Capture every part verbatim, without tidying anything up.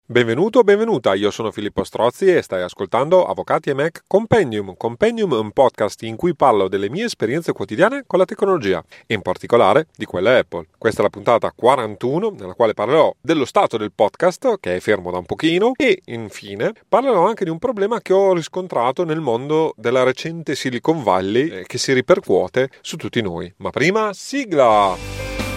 Benvenuto o benvenuta, io sono Filippo Strozzi e stai ascoltando Avvocati e Mac Compendium. Compendium è un podcast in cui parlo delle mie esperienze quotidiane con la tecnologia e in particolare di quella Apple. Questa è la puntata quarantuno nella quale parlerò dello stato del podcast che è fermo da un pochino e infine parlerò anche di un problema che ho riscontrato nel mondo della recente Silicon Valley eh, che si ripercuote su tutti noi. Ma prima, sigla!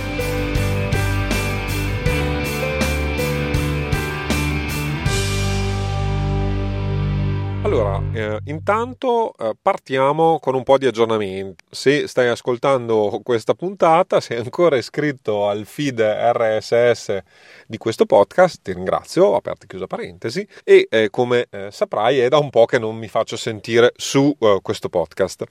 Allora, eh, intanto eh, partiamo con un po' di aggiornamenti. Se stai ascoltando questa puntata, sei ancora iscritto al feed R S S di questo podcast, ti ringrazio, aperta e chiusa parentesi, e eh, come eh, saprai è da un po' che non mi faccio sentire su uh, questo podcast.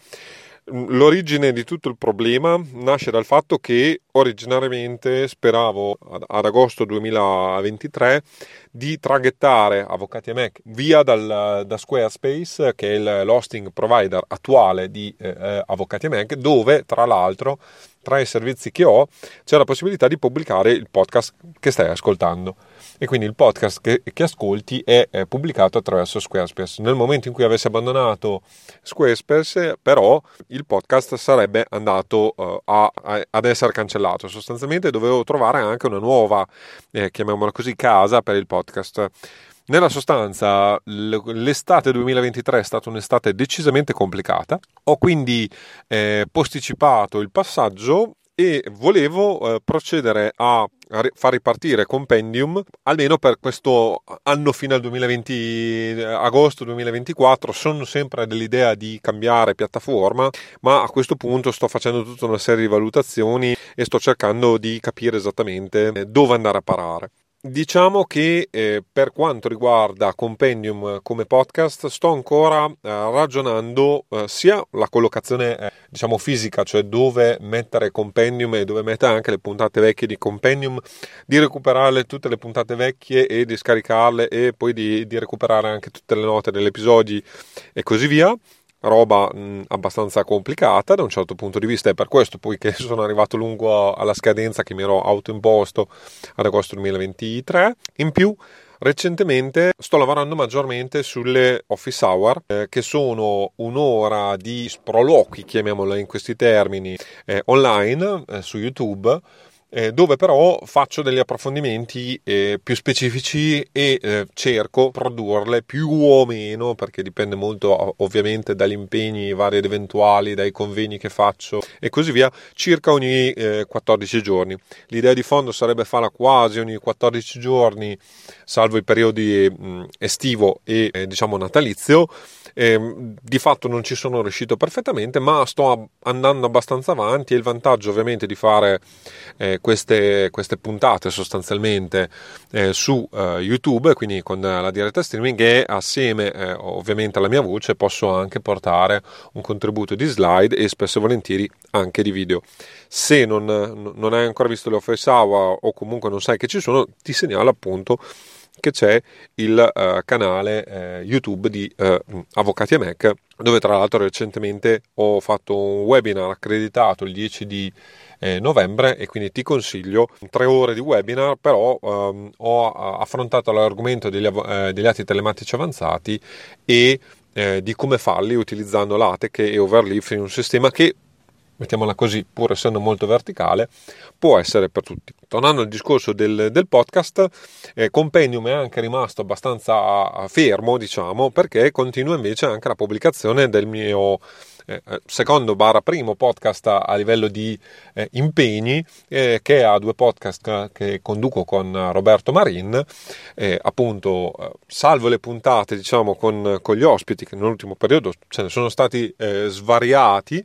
L'origine di tutto il problema nasce dal fatto che originariamente speravo ad, ad agosto duemilaventitré di traghettare Avvocati e Mac via dal, da Squarespace, che è l'hosting provider attuale di eh, Avvocati e Mac, dove tra l'altro tra i servizi che ho c'è la possibilità di pubblicare il podcast che stai ascoltando e quindi il podcast che, che ascolti è, è pubblicato attraverso Squarespace. Nel momento in cui avessi abbandonato Squarespace però il podcast sarebbe andato uh, a, a, ad essere cancellato. Sostanzialmente dovevo trovare anche una nuova eh, chiamiamola così casa per il podcast. Nella sostanza l'estate duemilaventitré è stata un'estate decisamente complicata, ho quindi eh, posticipato il passaggio e volevo eh, procedere a, a far ripartire Compendium almeno per questo anno fino al duemilaventi, agosto duemilaventiquattro. Sono sempre dell'idea di cambiare piattaforma, ma a questo punto sto facendo tutta una serie di valutazioni e sto cercando di capire esattamente dove andare a parare. Diciamo che eh, per quanto riguarda Compendium come podcast sto ancora eh, ragionando eh, sia la collocazione eh, diciamo fisica, cioè dove mettere Compendium e dove mettere anche le puntate vecchie di Compendium, di recuperare tutte le puntate vecchie e di scaricarle e poi di, di recuperare anche tutte le note degli episodi e così via. Roba mh, abbastanza complicata da un certo punto di vista, e per questo poi che sono arrivato lungo alla scadenza che mi ero autoimposto ad agosto duemilaventitré. In più recentemente sto lavorando maggiormente sulle office hour, eh, che sono un'ora di sproloqui, chiamiamola in questi termini, eh, online eh, su YouTube, Eh, dove però faccio degli approfondimenti eh, più specifici e eh, cerco di produrle più o meno, perché dipende molto ovviamente dagli impegni vari ed eventuali, dai convegni che faccio e così via, circa ogni eh, quattordici giorni. L'idea di fondo sarebbe farla quasi ogni quattordici giorni, salvo i periodi mh, estivo e eh, diciamo natalizio. Eh, di fatto non ci sono riuscito perfettamente, ma sto andando abbastanza avanti, e il vantaggio ovviamente di fare eh, queste, queste puntate sostanzialmente eh, su eh, YouTube, quindi con la diretta streaming, e assieme eh, ovviamente alla mia voce posso anche portare un contributo di slide e spesso e volentieri anche di video. Se non, non hai ancora visto le office hour o comunque non sai che ci sono, ti segnalo appunto che c'è il uh, canale uh, YouTube di uh, Avvocati e Mac, dove tra l'altro recentemente ho fatto un webinar accreditato il dieci di eh, novembre, e quindi ti consiglio tre ore di webinar, però um, ho affrontato l'argomento degli, av- degli atti telematici avanzati e eh, di come farli utilizzando LaTeX e Overleaf in un sistema che, mettiamola così, pur essendo molto verticale, può essere per tutti. Tornando al discorso del, del podcast, eh, Compendium è anche rimasto abbastanza fermo, diciamo, perché continua invece anche la pubblicazione del mio eh, secondo barra primo podcast a, a livello di eh, impegni, eh, che ha due podcast che conduco con Roberto Marin, eh, appunto, eh, salvo le puntate, diciamo, con, con gli ospiti, che nell'ultimo periodo ce ne sono stati eh, svariati,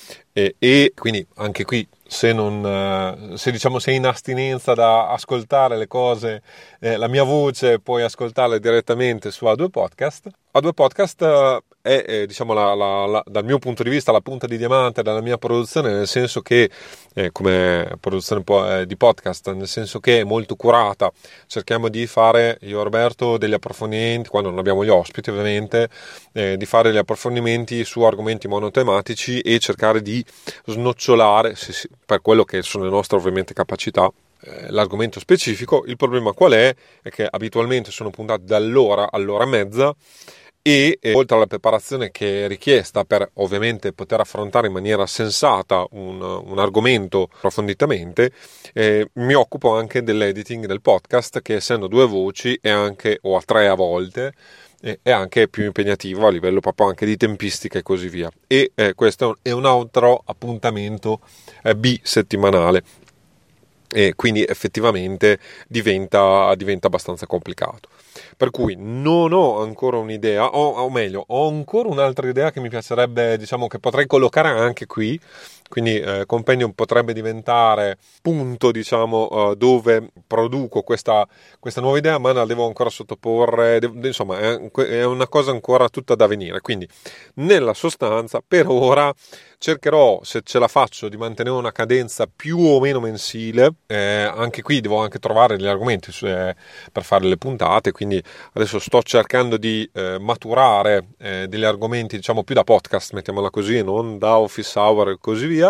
E, e quindi anche qui se non se diciamo sei in astinenza da ascoltare le cose, eh, la mia voce puoi ascoltarle direttamente su A due Podcast. A due Podcast è, è diciamo la, la, la, dal mio punto di vista la punta di diamante della mia produzione, nel senso che eh, come produzione po- eh, di podcast, nel senso che è molto curata. Cerchiamo di fare, io e Roberto, degli approfondimenti quando non abbiamo gli ospiti ovviamente, eh, di fare gli approfondimenti su argomenti monotematici e cercare di snocciolare, se si, per quello che sono le nostre ovviamente capacità, eh, l'argomento specifico. Il problema qual è? È che abitualmente sono puntate dall'ora all'ora e mezza e eh, oltre alla preparazione che è richiesta per ovviamente poter affrontare in maniera sensata un, un argomento approfonditamente, eh, mi occupo anche dell'editing del podcast, che essendo due voci e anche o a tre a volte è anche più impegnativo a livello proprio anche di tempistica e così via, e eh, questo è un altro appuntamento eh, bisettimanale e quindi effettivamente diventa, diventa abbastanza complicato, per cui non ho ancora un'idea, o, o meglio ho ancora un'altra idea che mi piacerebbe, diciamo, che potrei collocare anche qui. Quindi eh, Compendium potrebbe diventare punto, diciamo, uh, dove produco questa, questa nuova idea, ma la devo ancora sottoporre, devo, insomma è, è una cosa ancora tutta da venire. Quindi nella sostanza per ora cercherò, se ce la faccio, di mantenere una cadenza più o meno mensile. Eh, anche qui devo anche trovare degli argomenti eh, per fare le puntate, quindi adesso sto cercando di eh, maturare eh, degli argomenti, diciamo, più da podcast, mettiamola così, non da office hour e così via.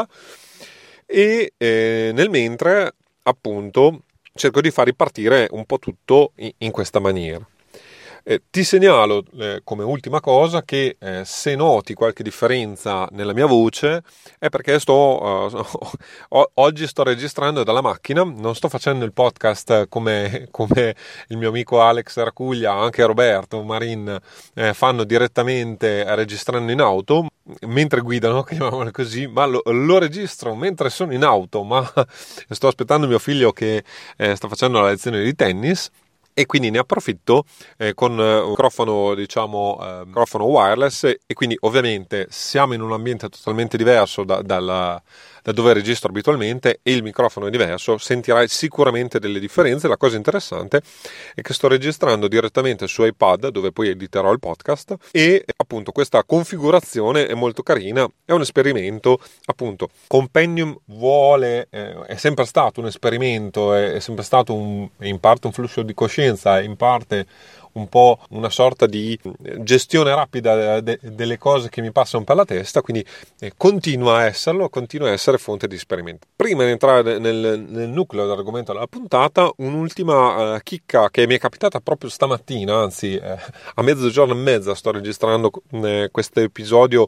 E eh, nel mentre, appunto, cerco di far ripartire un po' tutto in, in questa maniera. Eh, ti segnalo eh, come ultima cosa che eh, se noti qualche differenza nella mia voce è perché sto uh, oggi sto registrando dalla macchina, non sto facendo il podcast come, come il mio amico Alex Racuglia, anche Roberto Marin eh, fanno direttamente registrando in auto mentre guidano, chiamiamolo così, ma lo, lo registro mentre sono in auto, ma sto aspettando mio figlio che eh, sta facendo la lezione di tennis. E quindi ne approfitto eh, con un microfono, diciamo, eh, microfono wireless, e quindi ovviamente siamo in un ambiente totalmente diverso da, dalla, da dove registro abitualmente e il microfono è diverso, sentirai sicuramente delle differenze. La cosa interessante è che sto registrando direttamente su iPad, dove poi editerò il podcast, e appunto questa configurazione è molto carina, è un esperimento, appunto. Compendium vuole, eh, è sempre stato un esperimento, è, è sempre stato un, in parte un flusso di coscienza, in parte un po' una sorta di gestione rapida de- delle cose che mi passano per la testa, quindi eh, continua a esserlo, continua a essere fonte di esperimento. Prima di entrare nel, nel nucleo dell'argomento della puntata, un'ultima eh, chicca che mi è capitata proprio stamattina, anzi eh, a mezzogiorno e mezza sto registrando eh, questo episodio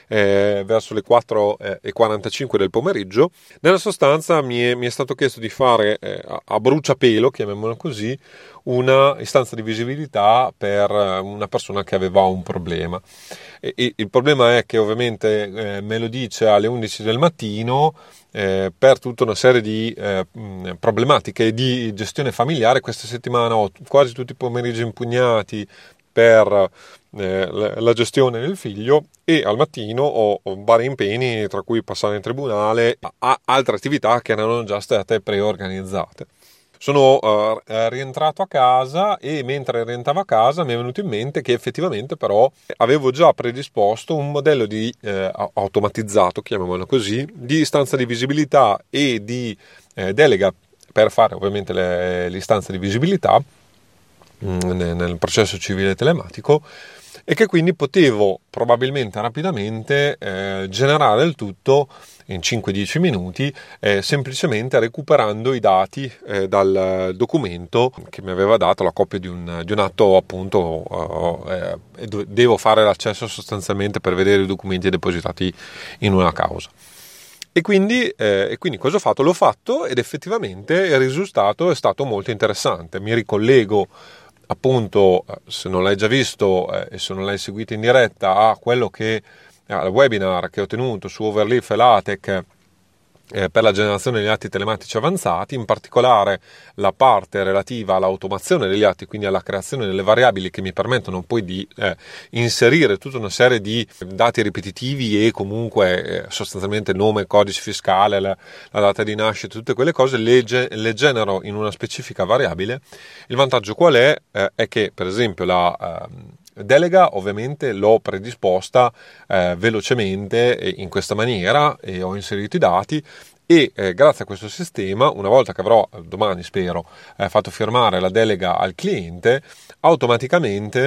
eh, verso le quattro e quarantacinque del pomeriggio. Nella sostanza mi è, mi è stato chiesto di fare eh, a bruciapelo, chiamiamolo così, una istanza di visibilità per una persona che aveva un problema. E, e il problema è che ovviamente eh, me lo dice alle undici del mattino eh, per tutta una serie di eh, problematiche di gestione familiare. Questa settimana ho quasi tutti i pomeriggi impugnati per eh, la gestione del figlio, e al mattino ho, ho vari impegni, tra cui passare in tribunale, a altre attività che erano già state preorganizzate. Sono uh, rientrato a casa, e mentre rientravo a casa mi è venuto in mente che effettivamente però avevo già predisposto un modello di eh, automatizzato, chiamiamolo così, di istanza di visibilità e di eh, delega per fare ovviamente le, l'istanza di visibilità mh, nel processo civile telematico, e che quindi potevo probabilmente rapidamente eh, generare il tutto in cinque dieci minuti, eh, semplicemente recuperando i dati eh, dal documento che mi aveva dato la copia di un, di un atto, appunto, eh, eh, devo fare l'accesso sostanzialmente per vedere i documenti depositati in una causa. E quindi, eh, e quindi cosa ho fatto? L'ho fatto, ed effettivamente il risultato è stato molto interessante. Mi ricollego, appunto, se non l'hai già visto eh, e se non l'hai seguito in diretta, a quello che al webinar che ho tenuto su Overleaf e LaTeX eh, per la generazione degli atti telematici avanzati, in particolare la parte relativa all'automazione degli atti, quindi alla creazione delle variabili che mi permettono poi di eh, inserire tutta una serie di dati ripetitivi e comunque eh, sostanzialmente nome, codice fiscale, la, la data di nascita, tutte quelle cose le, le genero in una specifica variabile. Il vantaggio qual è? Eh, è che per esempio la eh, delega ovviamente l'ho predisposta eh, velocemente e in questa maniera, e ho inserito i dati, e eh, grazie a questo sistema, una volta che avrò domani spero eh, fatto firmare la delega al cliente, automaticamente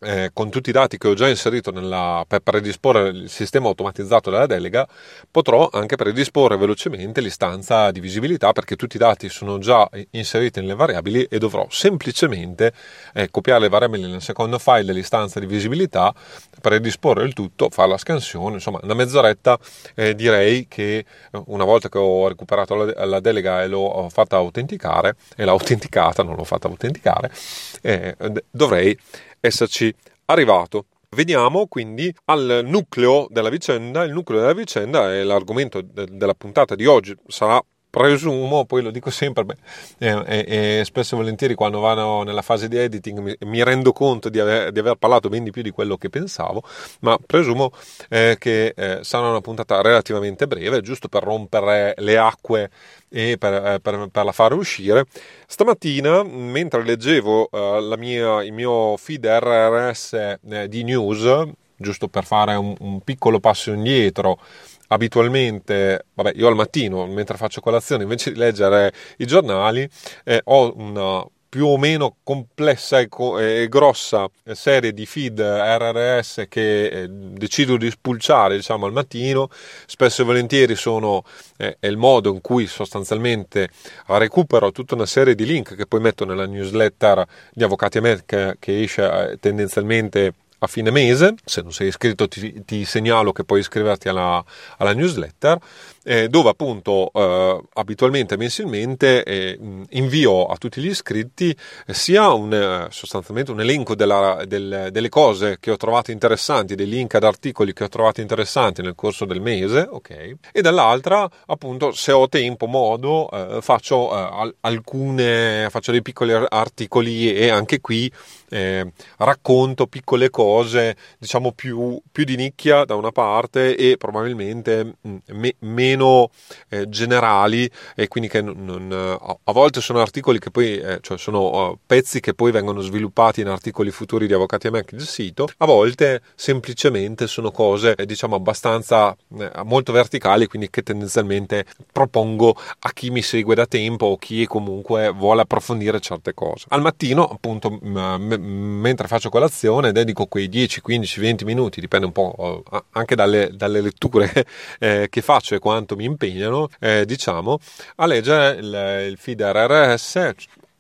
eh, con tutti i dati che ho già inserito nella, per predisporre il sistema automatizzato della delega, potrò anche predisporre velocemente l'istanza di visibilità, perché tutti i dati sono già inseriti nelle variabili e dovrò semplicemente eh, copiare le variabili nel secondo file dell'istanza di visibilità, predisporre il tutto, fare la scansione. Insomma, una mezz'oretta eh, direi che una volta che ho recuperato la, la delega e l'ho fatta autenticare, e l'ho autenticata, non l'ho fatta autenticare, eh, dovrei esserci arrivato. Veniamo quindi al nucleo della vicenda. Il nucleo della vicenda è l'argomento de- della puntata di oggi. Sarà, presumo, poi lo dico sempre, beh, e, e, e spesso e volentieri quando vado nella fase di editing mi, mi rendo conto di aver, di aver parlato ben di più di quello che pensavo, ma presumo eh, che eh, sarà una puntata relativamente breve, giusto per rompere le acque e per, per, per la fare uscire. Stamattina, mentre leggevo uh, la mia, il mio feed R R S eh, di news, giusto per fare un, un piccolo passo indietro, abitualmente, vabbè, io al mattino, mentre faccio colazione, invece di leggere i giornali, eh, ho una più o meno complessa e, co- e grossa serie di feed R R S che eh, decido di spulciare, diciamo, al mattino. Spesso e volentieri sono eh, è il modo in cui sostanzialmente recupero tutta una serie di link che poi metto nella newsletter di Avvocati e Me, che, che esce eh, tendenzialmente a fine mese. Se non sei iscritto ti, ti segnalo che puoi iscriverti alla, alla newsletter, eh, dove appunto eh, abitualmente mensilmente eh, invio a tutti gli iscritti eh, sia un, eh, sostanzialmente un elenco della, del, delle cose che ho trovato interessanti, dei link ad articoli che ho trovato interessanti nel corso del mese, ok? E dall'altra appunto, se ho tempo, modo, eh, faccio eh, alcune faccio dei piccoli articoli e anche qui eh, racconto piccole cose, diciamo più, più di nicchia da una parte e probabilmente me, meno eh, generali, e quindi che non, non, a volte sono articoli che poi eh, cioè sono uh, pezzi che poi vengono sviluppati in articoli futuri di Avvocati e Me del sito. A volte semplicemente sono cose eh, diciamo abbastanza eh, molto verticali, quindi che tendenzialmente propongo a chi mi segue da tempo o chi comunque vuole approfondire certe cose. Al mattino appunto m- mentre faccio colazione dedico quei dieci, quindici, venti minuti, dipende un po' anche dalle, dalle letture eh, che faccio e quanto mi impegnano, eh, diciamo, a leggere il, il feed R R S. È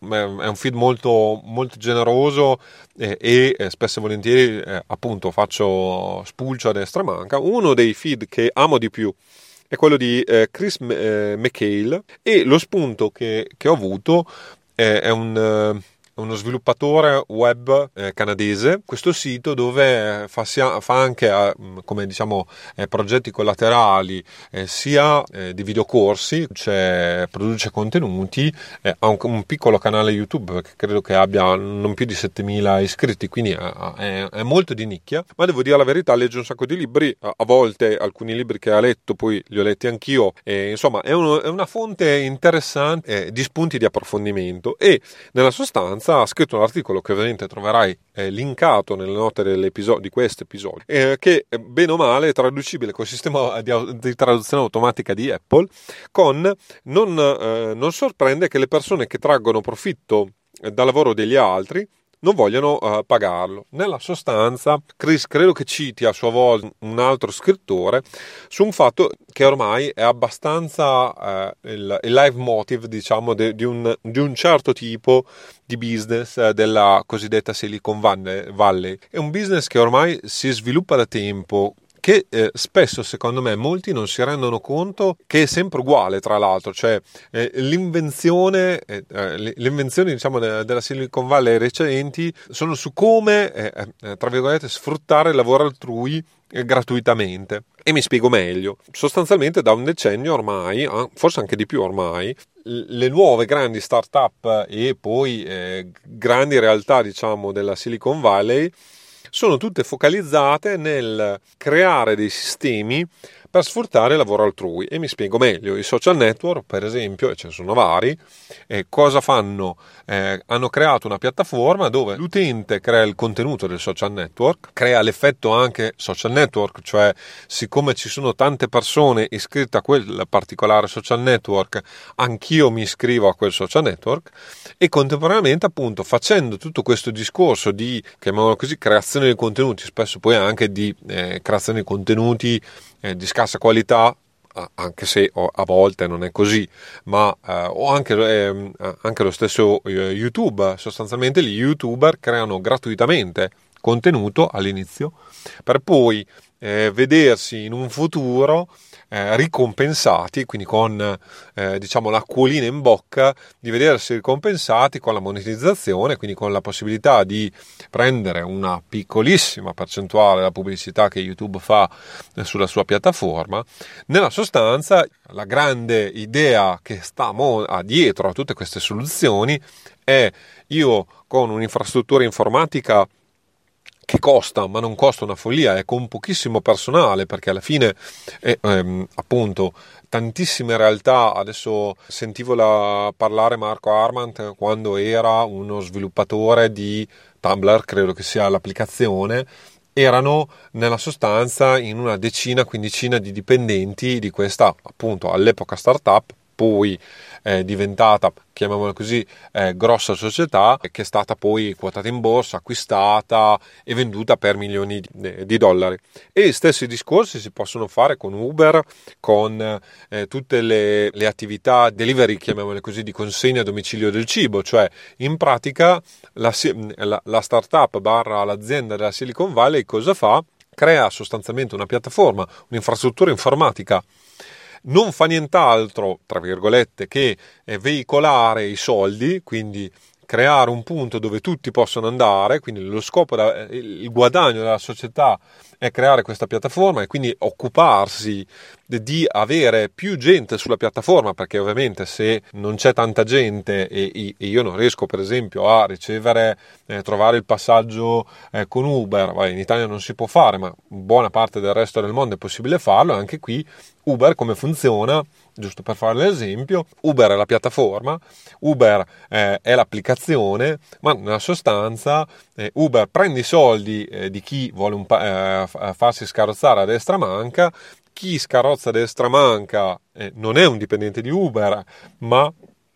un feed molto, molto generoso eh, e eh, spesso e volentieri eh, appunto faccio spulcio a destra e manca. Uno dei feed che amo di più è quello di eh, Chris eh, McHale, e lo spunto che, che ho avuto eh, è un... Eh, uno sviluppatore web eh, canadese. Questo sito dove fa, sia, fa anche eh, come diciamo eh, progetti collaterali eh, sia eh, di videocorsi, cioè produce contenuti, eh, ha un, un piccolo canale YouTube che credo che abbia non più di settemila iscritti, quindi è, è, è molto di nicchia, ma devo dire la verità, legge un sacco di libri, a, a volte alcuni libri che ha letto poi li ho letti anch'io, e, insomma è, uno, è una fonte interessante eh, di spunti di approfondimento, e nella sostanza ha scritto un articolo che ovviamente troverai eh, linkato nelle note dell'episodio, di questo episodio, eh, che bene o male è traducibile col sistema di, di traduzione automatica di Apple, con non, eh, non sorprende che le persone che traggono profitto dal lavoro degli altri non vogliono uh, pagarlo. Nella sostanza, Chris credo che citi a sua volta un altro scrittore su un fatto che ormai è abbastanza uh, il, il live motive, diciamo, de, di, un, di un certo tipo di business uh, della cosiddetta Silicon Valley. È un business che ormai si sviluppa da tempo, che eh, spesso, secondo me, molti non si rendono conto che è sempre uguale, tra l'altro, cioè eh, l'invenzione, eh, le invenzioni diciamo de- della Silicon Valley recenti sono su come, eh, eh, tra virgolette, sfruttare il lavoro altrui eh, gratuitamente. E mi spiego meglio. Sostanzialmente da un decennio ormai, forse anche di più ormai, le nuove grandi start-up e poi eh, grandi realtà, diciamo, della Silicon Valley sono tutte focalizzate nel creare dei sistemi per sfruttare il lavoro altrui. E mi spiego meglio: i social network, per esempio, e ce ne sono vari, eh, cosa fanno? Eh, hanno creato una piattaforma dove l'utente crea il contenuto del social network, crea l'effetto anche social network, cioè siccome ci sono tante persone iscritte a quel particolare social network, anch'io mi iscrivo a quel social network, e contemporaneamente, appunto, facendo tutto questo discorso di, chiamiamolo così, creazione di contenuti, spesso poi anche di eh, creazione di contenuti eh, di scarsa qualità, anche se a volte non è così, ma eh, o anche, eh, anche lo stesso eh, YouTube. Sostanzialmente gli YouTuber creano gratuitamente contenuto all'inizio per poi eh, vedersi in un futuro eh, ricompensati, quindi con eh, diciamo l'acquolina in bocca, di vedersi ricompensati con la monetizzazione, quindi con la possibilità di prendere una piccolissima percentuale della pubblicità che YouTube fa eh, sulla sua piattaforma. Nella sostanza, la grande idea che sta mo- dietro a tutte queste soluzioni è: io con un'infrastruttura informatica che costa, ma non costa una follia, è con pochissimo personale, perché alla fine è, ehm, appunto, tantissime realtà. Adesso sentivo la, parlare Marco Arment quando era uno sviluppatore di Tumblr, credo che sia l'applicazione. Erano nella sostanza in una decina, quindicina di dipendenti di questa, appunto, all'epoca startup, poi è diventata, chiamiamola così, eh, grossa società, che è stata poi quotata in borsa, acquistata e venduta per milioni di, di dollari. E gli stessi discorsi si possono fare con Uber, con eh, tutte le, le attività delivery, chiamiamole così, di consegna a domicilio del cibo. Cioè, in pratica, la, la, la startup barra l'azienda della Silicon Valley cosa fa? Crea sostanzialmente una piattaforma, un'infrastruttura informatica. Non fa nient'altro, tra virgolette, che veicolare i soldi, quindi creare un punto dove tutti possono andare. Quindi lo scopo, il guadagno della società è creare questa piattaforma e quindi occuparsi di avere più gente sulla piattaforma, perché ovviamente se non c'è tanta gente e io non riesco, per esempio, a ricevere, eh, trovare il passaggio eh, con Uber, vai, in Italia non si può fare, ma in buona parte del resto del mondo è possibile farlo. Anche qui Uber come funziona? Giusto per fare l'esempio: Uber è la piattaforma, Uber eh, è l'applicazione, ma nella sostanza eh, Uber prende i soldi eh, di chi vuole un pa- eh, farsi scarrozzare a destra manca. Chi scarrozza a destra manca eh, non è un dipendente di Uber, ma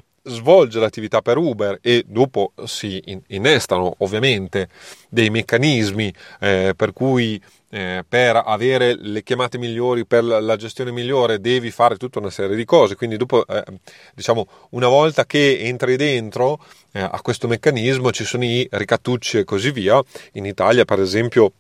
svolge l'attività per Uber, e dopo si innestano ovviamente dei meccanismi eh, per cui eh, per avere le chiamate migliori, per la gestione migliore, devi fare tutta una serie di cose. Quindi dopo, eh, diciamo, una volta che entri dentro eh, a questo meccanismo, ci sono i ricattucci e così via. In Italia, per esempio,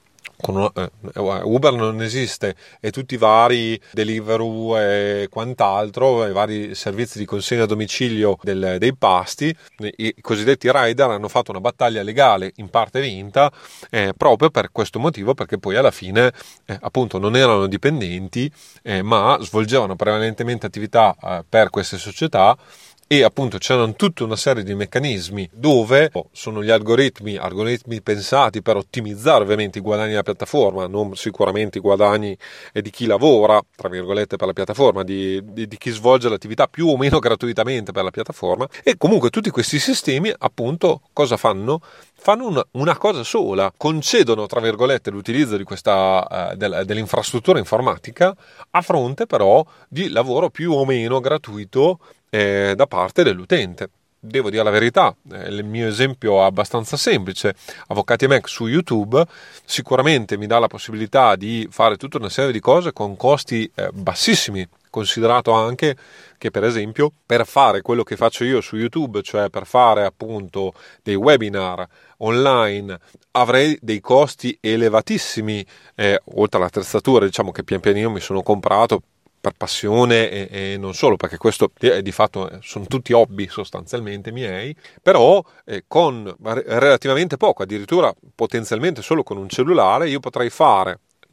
con Uber non esiste, e tutti i vari Deliveroo e quant'altro, i vari servizi di consegna a domicilio del, dei pasti, i cosiddetti rider, hanno fatto una battaglia legale in parte vinta eh, proprio per questo motivo, perché poi alla fine eh, appunto non erano dipendenti eh, ma svolgevano prevalentemente attività eh, per queste società. E appunto c'erano tutta una serie di meccanismi dove sono gli algoritmi, algoritmi pensati per ottimizzare ovviamente i guadagni della piattaforma, non sicuramente i guadagni di chi lavora, tra virgolette, per la piattaforma, di, di, di chi svolge l'attività più o meno gratuitamente per la piattaforma. E comunque tutti questi sistemi, appunto, cosa fanno? Fanno una, una cosa sola: concedono, tra virgolette, l'utilizzo di questa, eh, del, dell'infrastruttura informatica a fronte però di lavoro più o meno gratuito Eh, da parte dell'utente. Devo dire la verità, eh, il mio esempio è abbastanza semplice. Avvocati Mac su YouTube sicuramente mi dà la possibilità di fare tutta una serie di cose con costi eh, bassissimi, considerato anche che, per esempio, per fare quello che faccio io su YouTube, cioè per fare appunto dei webinar online, avrei dei costi elevatissimi, eh, oltre all'attrezzatura, diciamo, che pian pianino mi sono comprato per passione e, e non solo, perché questo è, di fatto sono tutti hobby sostanzialmente miei, però eh, con relativamente poco, addirittura potenzialmente solo con un cellulare, io potrei fare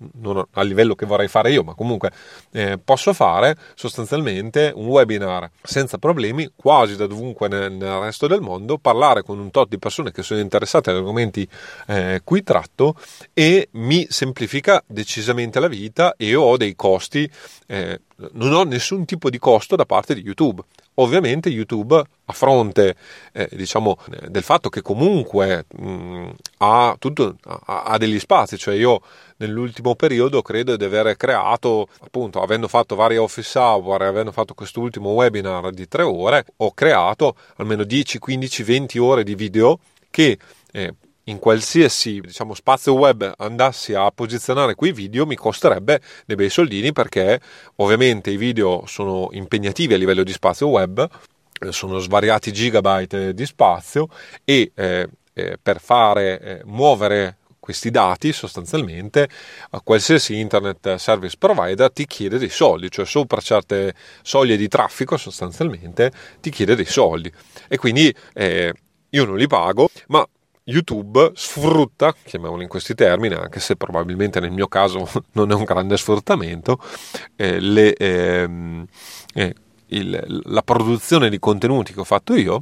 non a livello che vorrei fare io, ma comunque eh, posso fare sostanzialmente un webinar senza problemi, quasi da dovunque nel, nel resto del mondo, parlare con un tot di persone che sono interessate agli argomenti eh, cui tratto, e mi semplifica decisamente la vita, e io ho dei costi, eh, non ho nessun tipo di costo da parte di YouTube. Ovviamente YouTube, a fronte eh, diciamo del fatto che comunque mh, ha, tutto, ha, ha degli spazi, cioè io nell'ultimo periodo credo di aver creato, appunto, avendo fatto vari office hour e avendo fatto quest'ultimo webinar di tre ore, ho creato almeno dieci, quindici, venti ore di video che eh, in qualsiasi, diciamo, spazio web andassi a posizionare quei video mi costerebbe dei bei soldini, perché ovviamente i video sono impegnativi a livello di spazio web, sono svariati gigabyte di spazio, e eh, eh, per fare eh, muovere questi dati sostanzialmente a qualsiasi internet service provider ti chiede dei soldi, cioè sopra certe soglie di traffico sostanzialmente ti chiede dei soldi, e quindi eh, io non li pago, ma YouTube sfrutta, chiamiamolo in questi termini, anche se probabilmente nel mio caso non è un grande sfruttamento, eh, le, ehm, eh, il, la produzione di contenuti che ho fatto io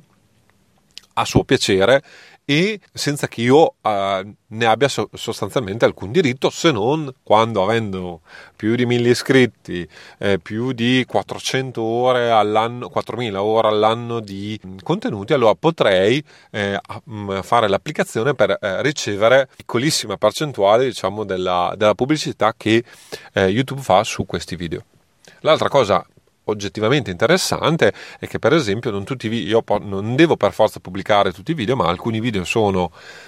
a suo piacere, e senza che io uh, ne abbia so- sostanzialmente alcun diritto, se non quando, avendo più di mille iscritti, eh, più di quattrocento ore all'anno, quattromila ore all'anno di contenuti, allora potrei eh, fare l'applicazione per eh, ricevere piccolissima percentuale, diciamo, della, della pubblicità che eh, YouTube fa su questi video. L'altra cosa oggettivamente interessante è che, per esempio, non tutti i video, io po- non devo per forza pubblicare tutti i video, ma alcuni video sono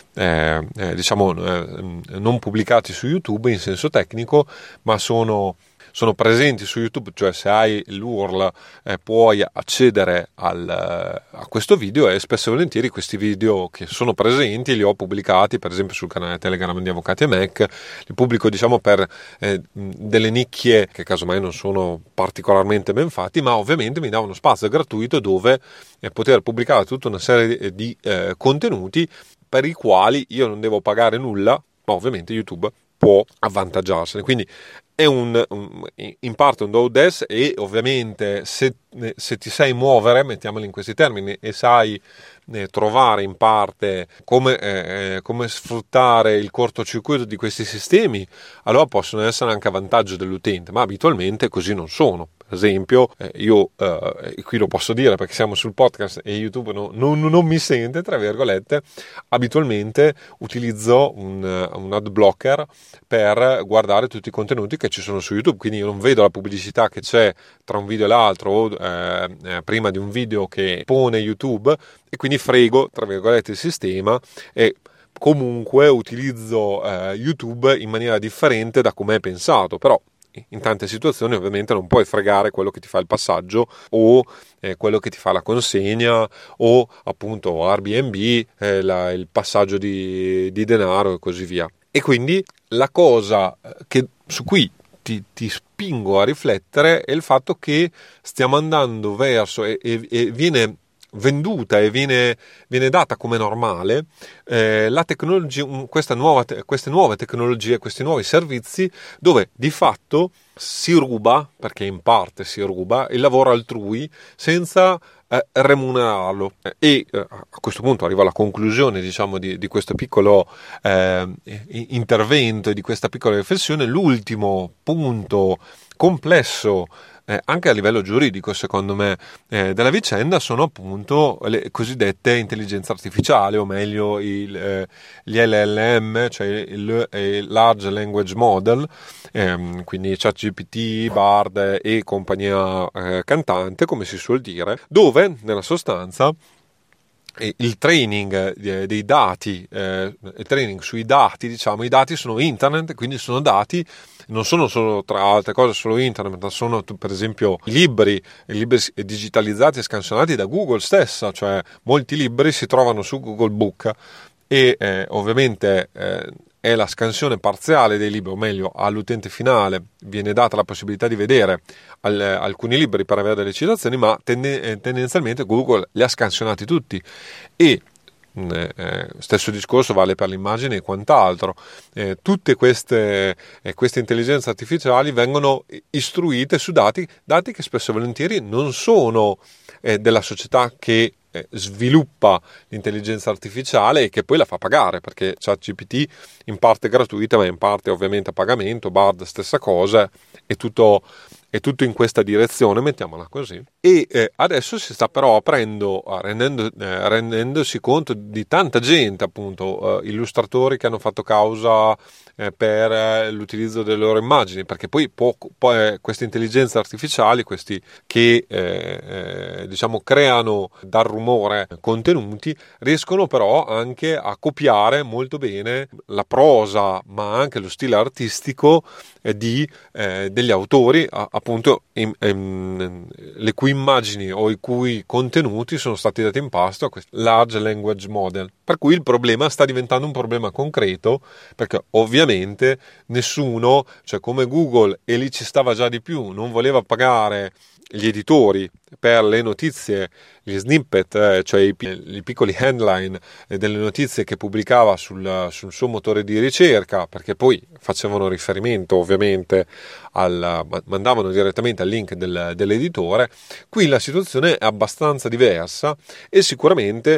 eh, eh, diciamo eh, non pubblicati su YouTube in senso tecnico, ma sono sono presenti su YouTube, cioè se hai l'U R L eh, puoi accedere al, a questo video, e spesso e volentieri questi video che sono presenti li ho pubblicati per esempio sul canale Telegram di Avvocati e Mac, li pubblico, diciamo, per eh, delle nicchie che casomai non sono particolarmente ben fatti, ma ovviamente mi dà uno spazio gratuito dove eh, poter pubblicare tutta una serie di, di eh, contenuti per i quali io non devo pagare nulla, ma ovviamente YouTube può avvantaggiarsene. Quindi è un, un in parte un do des, e ovviamente se, se ti sai muovere, mettiamolo in questi termini, e sai eh, trovare in parte come, eh, come sfruttare il cortocircuito di questi sistemi, allora possono essere anche a vantaggio dell'utente, ma abitualmente così non sono. Per esempio, eh, io eh, qui lo posso dire perché siamo sul podcast e YouTube no, non, non mi sente, tra virgolette, abitualmente utilizzo un, un ad blocker per guardare tutti i contenuti che ci sono su YouTube, quindi io non vedo la pubblicità che c'è tra un video e l'altro, o eh, eh, prima di un video che pone YouTube, e quindi frego, tra virgolette, il sistema, e comunque utilizzo eh, YouTube in maniera differente da come è pensato. Però in tante situazioni ovviamente non puoi fregare quello che ti fa il passaggio, o eh, quello che ti fa la consegna, o appunto Airbnb, eh, la, il passaggio di, di denaro e così via. E quindi la cosa che, su cui ti, ti spingo a riflettere è il fatto che stiamo andando verso, e, e, e viene venduta e viene, viene data come normale eh, la tecnologia, questa nuova, queste nuove tecnologie, questi nuovi servizi, dove di fatto si ruba, perché in parte si ruba, il lavoro altrui senza eh, remunerarlo. E eh, a questo punto arrivo alla conclusione, diciamo, di, di questo piccolo eh, intervento e di questa piccola riflessione. L'ultimo punto complesso Eh, anche a livello giuridico, secondo me, eh, della vicenda sono appunto le cosiddette intelligenze artificiali, o meglio il, eh, gli L L M, cioè il, il Large Language Model, ehm, quindi ChatGPT, Bard e compagnia eh, cantante, come si suol dire, dove nella sostanza il training dei dati, eh, il training sui dati, diciamo, i dati sono internet, quindi sono dati, non sono solo, tra altre cose, solo internet, ma sono per esempio i libri, i libri digitalizzati e scansionati da Google stessa, cioè molti libri si trovano su Google Book, e eh, ovviamente eh, è la scansione parziale dei libri, o meglio all'utente finale viene data la possibilità di vedere al, alcuni libri per avere delle citazioni, ma tende, tendenzialmente Google li ha scansionati tutti, e eh, stesso discorso vale per l'immagine e quant'altro. Eh, tutte queste, eh, queste intelligenze artificiali vengono istruite su dati, dati che spesso e volentieri non sono eh, della società che eh, sviluppa l'intelligenza artificiale e che poi la fa pagare, perché ChatGPT in parte è gratuita ma in parte ovviamente a pagamento, Bard stessa cosa, è tutto, è tutto in questa direzione, mettiamola così. E eh, adesso si sta però aprendo, rendendo, eh, rendendosi conto di tanta gente, appunto, eh, illustratori che hanno fatto causa eh, per eh, l'utilizzo delle loro immagini, perché poi, può, poi eh, queste intelligenze artificiali, questi che eh, eh, diciamo creano dal rumore contenuti, riescono però anche a copiare molto bene la prosa, ma anche lo stile artistico eh, di, eh, degli autori, a, appunto in, in, le cui immagini o i cui contenuti sono stati dati in pasto a questo large language model, per cui il problema sta diventando un problema concreto, perché ovviamente nessuno, cioè come Google, e lì ci stava già di più, non voleva pagare gli editori per le notizie, gli snippet, eh, cioè i, i piccoli headline eh, delle notizie che pubblicava sul, sul suo motore di ricerca, perché poi facevano riferimento ovviamente al, mandavano direttamente al link del, dell'editore. Qui la situazione è abbastanza diversa e sicuramente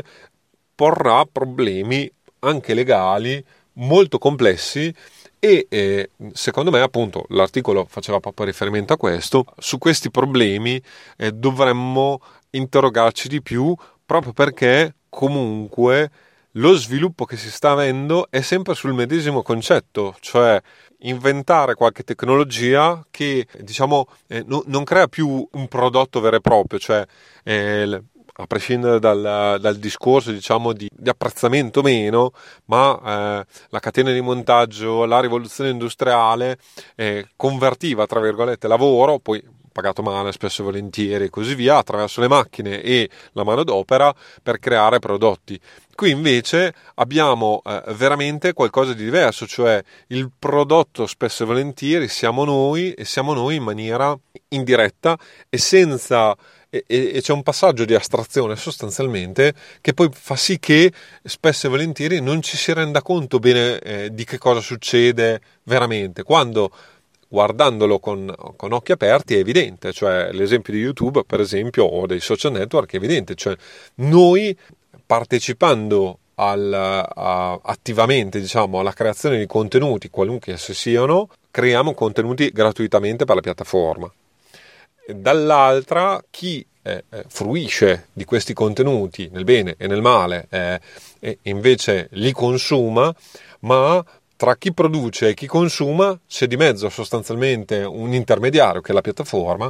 porrà problemi anche legali molto complessi. E eh, secondo me, appunto, l'articolo faceva proprio riferimento a questo. Su questi problemi eh, dovremmo interrogarci di più, proprio perché comunque lo sviluppo che si sta avendo è sempre sul medesimo concetto, cioè inventare qualche tecnologia che, diciamo, eh, no, non crea più un prodotto vero e proprio, cioè eh, a prescindere dal, dal discorso, diciamo, di, di apprezzamento meno, ma eh, la catena di montaggio, la rivoluzione industriale eh, convertiva, tra virgolette, lavoro, poi pagato male spesso e volentieri e così via, attraverso le macchine e la manodopera per creare prodotti. Qui invece abbiamo eh, veramente qualcosa di diverso, cioè il prodotto spesso e volentieri siamo noi, e siamo noi in maniera indiretta e senza... E, e c'è un passaggio di astrazione sostanzialmente che poi fa sì che spesso e volentieri non ci si renda conto bene eh, di che cosa succede veramente, quando guardandolo con, con occhi aperti è evidente, cioè l'esempio di YouTube per esempio o dei social network è evidente, cioè noi partecipando al, a, attivamente diciamo alla creazione di contenuti qualunque essi siano, creiamo contenuti gratuitamente per la piattaforma. Dall'altra chi eh, fruisce di questi contenuti nel bene e nel male eh, e invece li consuma, ma tra chi produce e chi consuma c'è di mezzo sostanzialmente un intermediario che è la piattaforma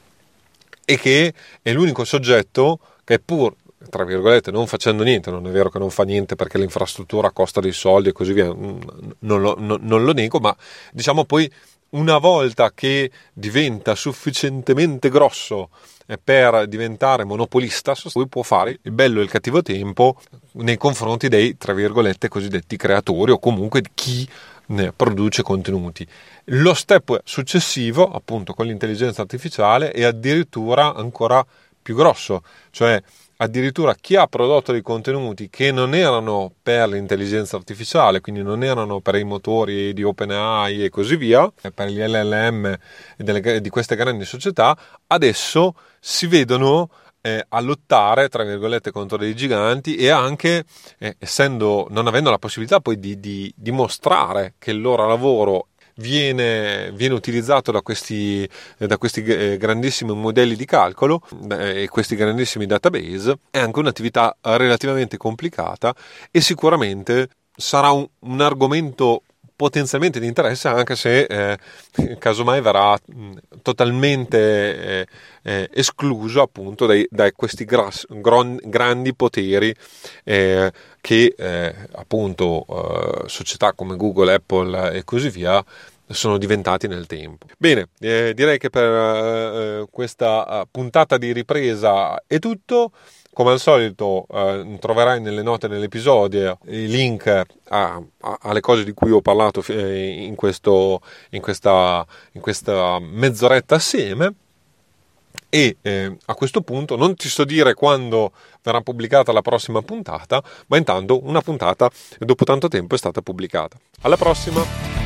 e che è l'unico soggetto che, pur tra virgolette non facendo niente, non è vero che non fa niente perché l'infrastruttura costa dei soldi e così via, non lo, non, non lo nego, ma diciamo poi una volta che diventa sufficientemente grosso per diventare monopolista, poi può fare il bello e il cattivo tempo nei confronti dei, tra virgolette, cosiddetti creatori o comunque chi ne produce contenuti. Lo step successivo, appunto, con l'intelligenza artificiale è addirittura ancora più grosso, cioè addirittura chi ha prodotto dei contenuti che non erano per l'intelligenza artificiale, quindi non erano per i motori di OpenAI e così via, per gli L L M delle, di queste grandi società, adesso si vedono eh, a lottare, tra virgolette, contro dei giganti e anche, eh, essendo, non avendo la possibilità poi di, di dimostrare che il loro lavoro Viene, viene utilizzato da questi, da questi grandissimi modelli di calcolo e questi grandissimi database, è anche un'attività relativamente complicata e sicuramente sarà un, un argomento potenzialmente di interesse, anche se eh, casomai verrà mh, totalmente eh, eh, escluso appunto dai, da questi gras, gron, grandi poteri eh, che eh, appunto eh, società come Google, Apple e così via sono diventati nel tempo. Bene, eh, direi che per eh, questa puntata di ripresa è tutto. Come al solito eh, troverai nelle note dell'episodio i link a, a, alle cose di cui ho parlato eh, in, questo, in, questa, in questa mezz'oretta assieme E eh, a questo punto non ti so dire quando verrà pubblicata la prossima puntata, ma intanto una puntata dopo tanto tempo è stata pubblicata. Alla prossima!